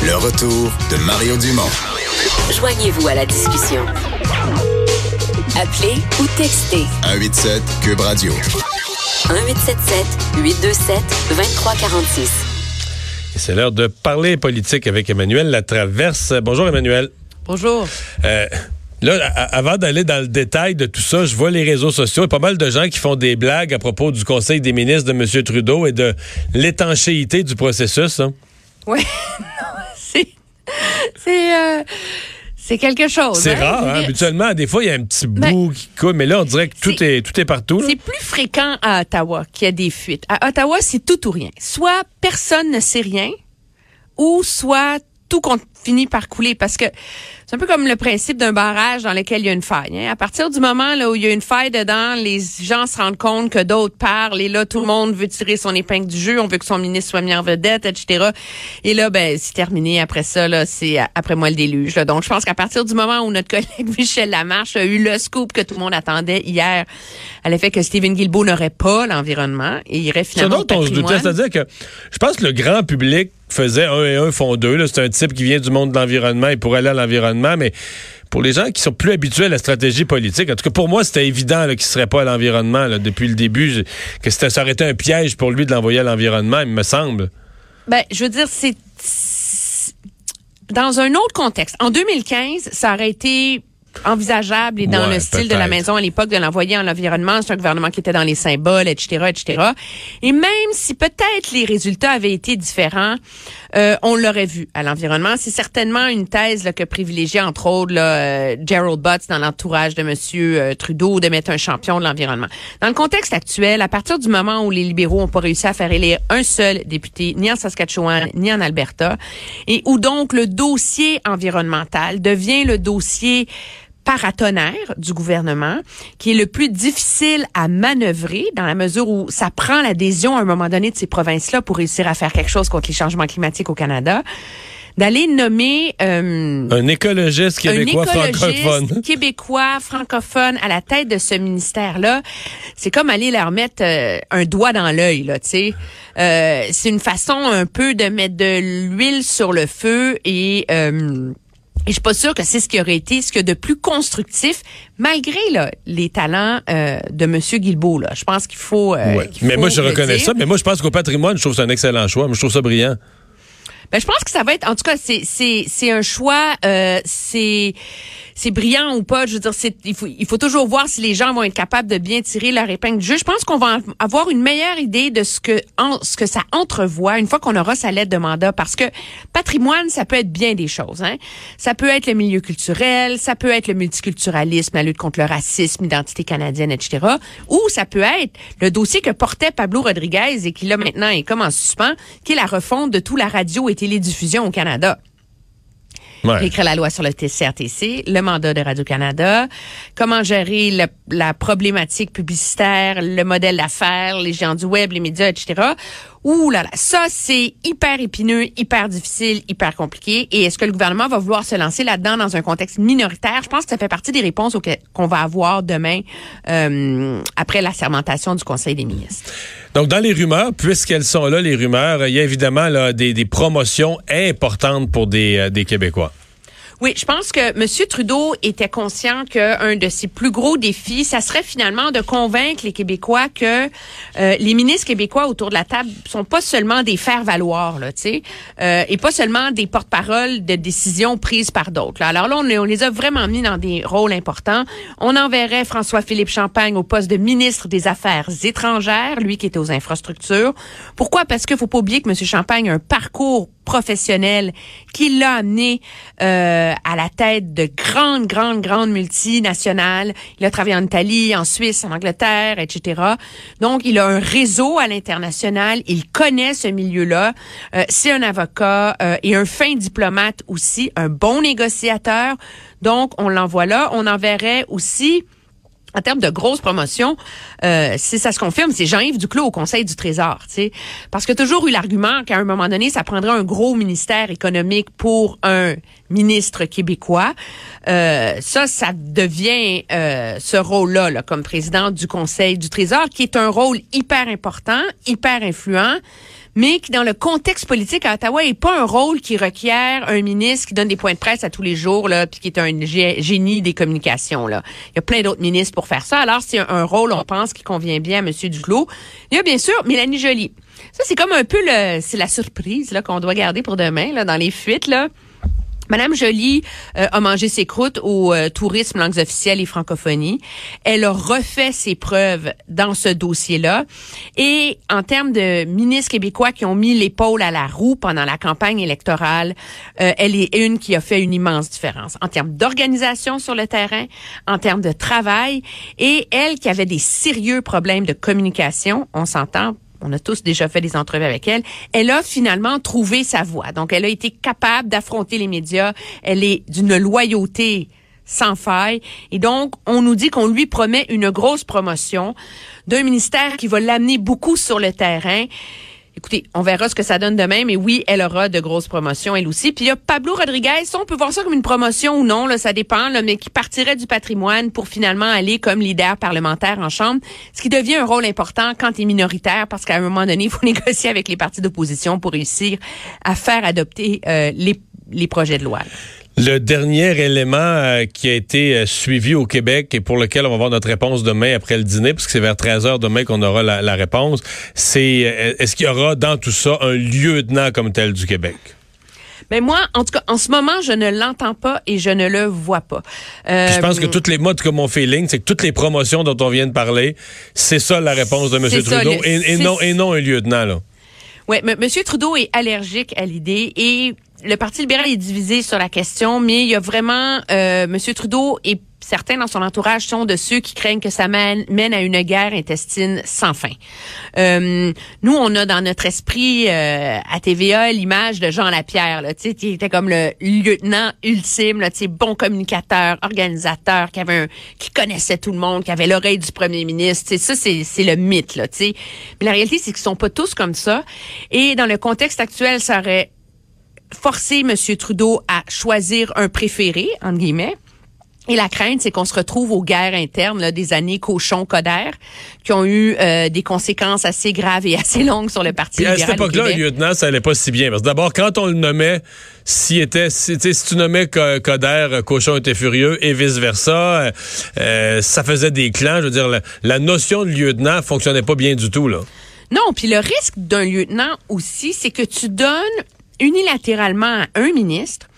Le retour de Mario Dumont. Joignez-vous à la discussion. Appelez ou textez 187 Cube Radio. 1877-827-2346. C'est l'heure de parler politique avec Emmanuel Latraverse. Bonjour Emmanuel. Bonjour. Là, avant d'aller dans le détail de tout ça, je vois les réseaux sociaux et pas mal de gens qui font des blagues à propos du Conseil des ministres de M. Trudeau et de l'étanchéité du processus. Hein? Oui, c'est quelque chose. C'est rare, hein? Habituellement, des fois, il y a un petit bout qui coule, mais là, on dirait que tout est partout. Là. C'est plus fréquent à Ottawa qu'il y a des fuites. À Ottawa, c'est tout ou rien. Soit personne ne sait rien, ou soit tout finit par couler, parce que c'est un peu comme le principe d'un barrage dans lequel il y a une faille. Hein? À partir du moment là où il y a une faille dedans, les gens se rendent compte que d'autres parlent, et là, tout le monde veut tirer son épingle du jeu, on veut que son ministre soit mis en vedette, etc. Et là, c'est terminé. Après ça, là, c'est après moi le déluge. Là. Donc, je pense qu'à partir du moment où notre collègue Michel Lamarche a eu le scoop que tout le monde attendait hier, à l'effet que Stephen Guilbeault n'aurait pas l'environnement et irait finalement au patrimoine. C'est-à-dire que je pense que le grand public faisait 1 et 1 font 2. Là. C'est un type qui vient du monde de l'environnement, il pourrait aller à l'environnement, mais pour les gens qui sont plus habitués à la stratégie politique, en tout cas pour moi, c'était évident là, qu'il ne serait pas à l'environnement là, depuis le début, que ça aurait été un piège pour lui de l'envoyer à l'environnement, il me semble. Je veux dire, c'est dans un autre contexte. En 2015, ça aurait été envisageable et dans le style de la maison à l'époque de l'envoyer en l'environnement. C'est un gouvernement qui était dans les symboles, etc., etc. Et même si peut-être les résultats avaient été différents, on l'aurait vu à l'environnement. C'est certainement une thèse là, que privilégiait entre autres Gerald Butts dans l'entourage de M. Trudeau de mettre un champion de l'environnement. Dans le contexte actuel, à partir du moment où les libéraux n'ont pas réussi à faire élire un seul député, ni en Saskatchewan, ni en Alberta, et où donc le dossier environnemental devient le dossier paratonnerre du gouvernement, qui est le plus difficile à manœuvrer dans la mesure où ça prend l'adhésion à un moment donné de ces provinces-là pour réussir à faire quelque chose contre les changements climatiques au Canada, d'aller nommer un écologiste québécois francophone à la tête de ce ministère-là, c'est comme aller leur mettre un doigt dans l'œil, là, tu sais. C'est une façon un peu de mettre de l'huile sur le feu et je suis pas sûre que c'est ce qui aurait été ce qu'il y a de plus constructif, malgré là, les talents de M. Guilbeault. Là. Je pense qu'il faut. Mais moi, je reconnais ça. Mais moi, je pense qu'au patrimoine, je trouve que c'est un excellent choix. Moi, je trouve ça brillant. Je pense que ça va être, en tout cas, c'est un choix, c'est brillant ou pas. Je veux dire, il faut toujours voir si les gens vont être capables de bien tirer leur épingle du jeu. Je pense qu'on va avoir une meilleure idée de ce que ça entrevoit une fois qu'on aura sa lettre de mandat, parce que patrimoine, ça peut être bien des choses. Hein. Ça peut être le milieu culturel, ça peut être le multiculturalisme, la lutte contre le racisme, l'identité canadienne, etc. Ou ça peut être le dossier que portait Pablo Rodriguez et qui là maintenant est comme en suspens, qui est la refonte de tout la radio et télédiffusion au Canada. Ouais. Écrire la loi sur le CRTC, le mandat de Radio-Canada, comment gérer la problématique publicitaire, le modèle d'affaires, les géants du web, les médias, etc. Ouh là là, ça c'est hyper épineux, hyper difficile, hyper compliqué. Et est-ce que le gouvernement va vouloir se lancer là-dedans dans un contexte minoritaire? Je pense que ça fait partie des réponses qu'on va avoir demain après l'assermentation du Conseil des ministres. Donc, dans les rumeurs, puisqu'elles sont là, les rumeurs, il y a évidemment là, des promotions importantes pour des Québécois. Oui, je pense que M. Trudeau était conscient qu'un de ses plus gros défis, ça serait finalement de convaincre les Québécois que les ministres québécois autour de la table sont pas seulement des faire-valoir, là, tu sais, et pas seulement des porte-paroles de décisions prises par d'autres. Là. Alors là, on les a vraiment mis dans des rôles importants. On enverrait François-Philippe Champagne au poste de ministre des Affaires étrangères, lui qui était aux infrastructures. Pourquoi? Parce qu'il faut pas oublier que M. Champagne a un parcours professionnel qui l'a amené à la tête de grandes multinationales. Il a travaillé en Italie, en Suisse, en Angleterre, etc. Donc, il a un réseau à l'international. Il connaît ce milieu-là. C'est un avocat et un fin diplomate aussi, un bon négociateur. Donc, on l'envoie là. On enverrait aussi... En termes de grosses promotions, si ça se confirme, c'est Jean-Yves Duclos au Conseil du Trésor, tu sais, parce qu'il y a toujours eu l'argument qu'à un moment donné, ça prendrait un gros ministère économique pour un ministre québécois. Ça devient ce rôle-là, là, comme président du Conseil du Trésor, qui est un rôle hyper important, hyper influent, mais qui, dans le contexte politique à Ottawa, n'est pas un rôle qui requiert un ministre qui donne des points de presse à tous les jours, là, puis qui est un génie des communications, là. Il y a plein d'autres ministres pour faire ça. Alors, c'est un rôle, on pense, qui convient bien à M. Duclos. Il y a bien sûr Mélanie Joly. Ça, c'est comme un peu c'est la surprise, là, qu'on doit garder pour demain, là, dans les fuites, là. Madame Joly a mangé ses croûtes au tourisme, langues officielles et francophonie. Elle a refait ses preuves dans ce dossier-là. Et en termes de ministres québécois qui ont mis l'épaule à la roue pendant la campagne électorale, elle est une qui a fait une immense différence en termes d'organisation sur le terrain, en termes de travail. Et elle qui avait des sérieux problèmes de communication, on s'entend, on a tous déjà fait des entrevues avec elle. Elle a finalement trouvé sa voie. Donc, elle a été capable d'affronter les médias. Elle est d'une loyauté sans faille. Et donc, on nous dit qu'on lui promet une grosse promotion d'un ministère qui va l'amener beaucoup sur le terrain. Écoutez, on verra ce que ça donne demain, mais oui, elle aura de grosses promotions, elle aussi. Puis il y a Pablo Rodriguez, on peut voir ça comme une promotion ou non, là, ça dépend, là, mais qui partirait du patrimoine pour finalement aller comme leader parlementaire en Chambre, ce qui devient un rôle important quand tu es minoritaire, parce qu'à un moment donné, il faut négocier avec les partis d'opposition pour réussir à faire adopter les projets de loi. Le dernier élément qui a été suivi au Québec et pour lequel on va avoir notre réponse demain après le dîner, parce que c'est vers 13h demain qu'on aura la réponse, c'est est-ce qu'il y aura dans tout ça un lieutenant comme tel du Québec? Ben moi, en tout cas, en ce moment, je ne l'entends pas et je ne le vois pas. Je pense que toutes les modes, comme mon feeling, c'est que toutes les promotions dont on vient de parler, c'est ça la réponse de M. Trudeau et non un lieutenant, là. Oui, M. Trudeau est allergique à l'idée et le Parti libéral est divisé sur la question, mais il y a vraiment M. Trudeau et certains dans son entourage sont de ceux qui craignent que ça mène à une guerre intestine sans fin. Nous, on a dans notre esprit à TVA l'image de Jean Lapierre, là, tu sais, qui était comme le lieutenant ultime, là, tu sais, bon communicateur, organisateur, qui connaissait tout le monde, qui avait l'oreille du premier ministre. Tu sais, ça, c'est le mythe, là, tu sais. Mais la réalité, c'est qu'ils sont pas tous comme ça. Et dans le contexte actuel, ça aurait forcé M. Trudeau à choisir un préféré, entre guillemets. Et la crainte, c'est qu'on se retrouve aux guerres internes là, des années Cochon-Coderre, qui ont eu des conséquences assez graves et assez longues sur le Parti libéral. À cette époque-là, un lieutenant, ça allait pas si bien. Parce que d'abord, quand on le nommait, si tu nommais Coderre, Cochon était furieux, et vice-versa, ça faisait des clans. Je veux dire, la notion de lieutenant fonctionnait pas bien du tout, là. Non, puis le risque d'un lieutenant aussi, c'est que tu donnes unilatéralement à un ministre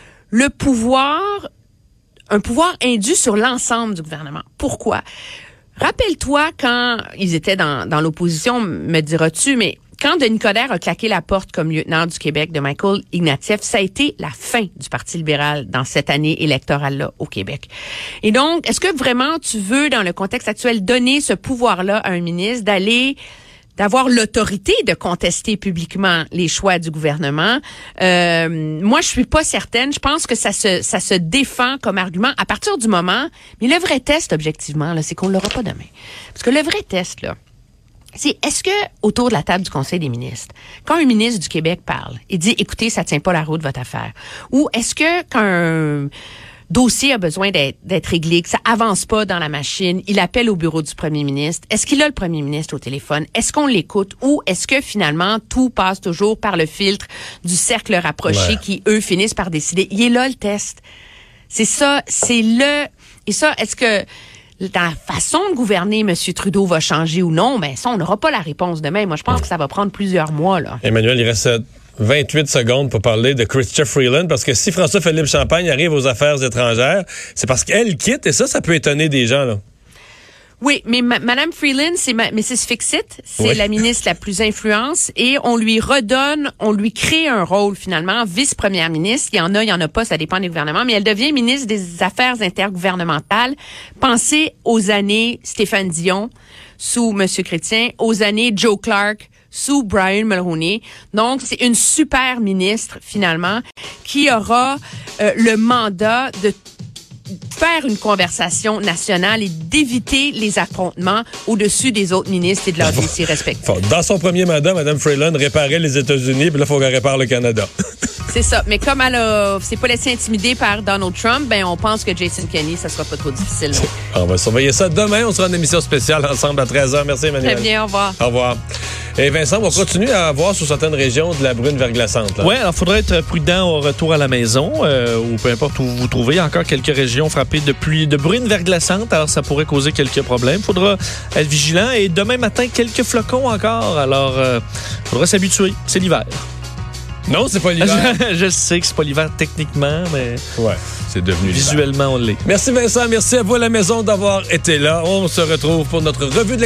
un pouvoir indu sur l'ensemble du gouvernement. Pourquoi? Rappelle-toi quand ils étaient dans l'opposition, me diras-tu, mais quand Denis Coderre a claqué la porte comme lieutenant du Québec de Michael Ignatieff, ça a été la fin du Parti libéral dans cette année électorale-là au Québec. Et donc, est-ce que vraiment tu veux, dans le contexte actuel, donner ce pouvoir-là à un ministre d'avoir l'autorité de contester publiquement les choix du gouvernement? Moi, je suis pas certaine. Je pense que ça se défend comme argument à partir du moment. Mais le vrai test, objectivement, là, c'est qu'on l'aura pas demain. Parce que le vrai test, là, c'est est-ce que autour de la table du Conseil des ministres, quand un ministre du Québec parle et dit, écoutez, ça tient pas la route votre affaire, ou est-ce que quand un dossier a besoin d'être réglé, que ça avance pas dans la machine, il appelle au bureau du premier ministre. Est-ce qu'il a le premier ministre au téléphone? Est-ce qu'on l'écoute? Ou est-ce que finalement, tout passe toujours par le filtre du cercle rapproché qui, eux, finissent par décider? Il est là, le test. C'est ça, Et ça, est-ce que dans la façon de gouverner, M. Trudeau va changer ou non? Ben ça, on n'aura pas la réponse demain. Moi, je pense que ça va prendre plusieurs mois, là. Emmanuel, il reste 28 secondes pour parler de Chrystia Freeland, parce que si François-Philippe Champagne arrive aux affaires étrangères, c'est parce qu'elle quitte, et ça peut étonner des gens, là. Oui, mais Madame Freeland, c'est Mrs. Fix-It, c'est la ministre la plus influente, et on lui crée un rôle finalement, vice-première ministre. Il y en a pas, ça dépend des gouvernements, mais elle devient ministre des Affaires intergouvernementales. Pensez aux années Stéphane Dion sous M. Chrétien, aux années Joe Clark sous Brian Mulroney. Donc, c'est une super ministre, finalement, qui aura le mandat de faire une conversation nationale et d'éviter les affrontements au-dessus des autres ministres et de leurs dossiers respectifs. Dans son premier mandat, Mme Freeland réparait les États-Unis, puis là, il faut qu'elle répare le Canada. C'est ça. Mais comme elle s'est pas laissée intimider par Donald Trump, ben on pense que Jason Kenney, ça sera pas trop difficile. On va surveiller ça demain. On sera en émission spéciale ensemble à 13h. Merci, Emmanuel. Très bien, au revoir. Au revoir. Et Vincent, on continue à avoir sur certaines régions de la bruine verglaçante. Oui, alors il faudra être prudent au retour à la maison ou peu importe où vous vous trouvez. Il y a encore quelques régions frappées de bruine verglaçante, alors ça pourrait causer quelques problèmes. Il faudra être vigilant et demain matin, quelques flocons encore. Alors, il faudra s'habituer. C'est l'hiver. Non, c'est pas l'hiver. Je sais que c'est pas l'hiver techniquement, mais Ouais, c'est devenu visuellement, on l'est. Merci Vincent, merci à vous à la maison d'avoir été là. On se retrouve pour notre revue de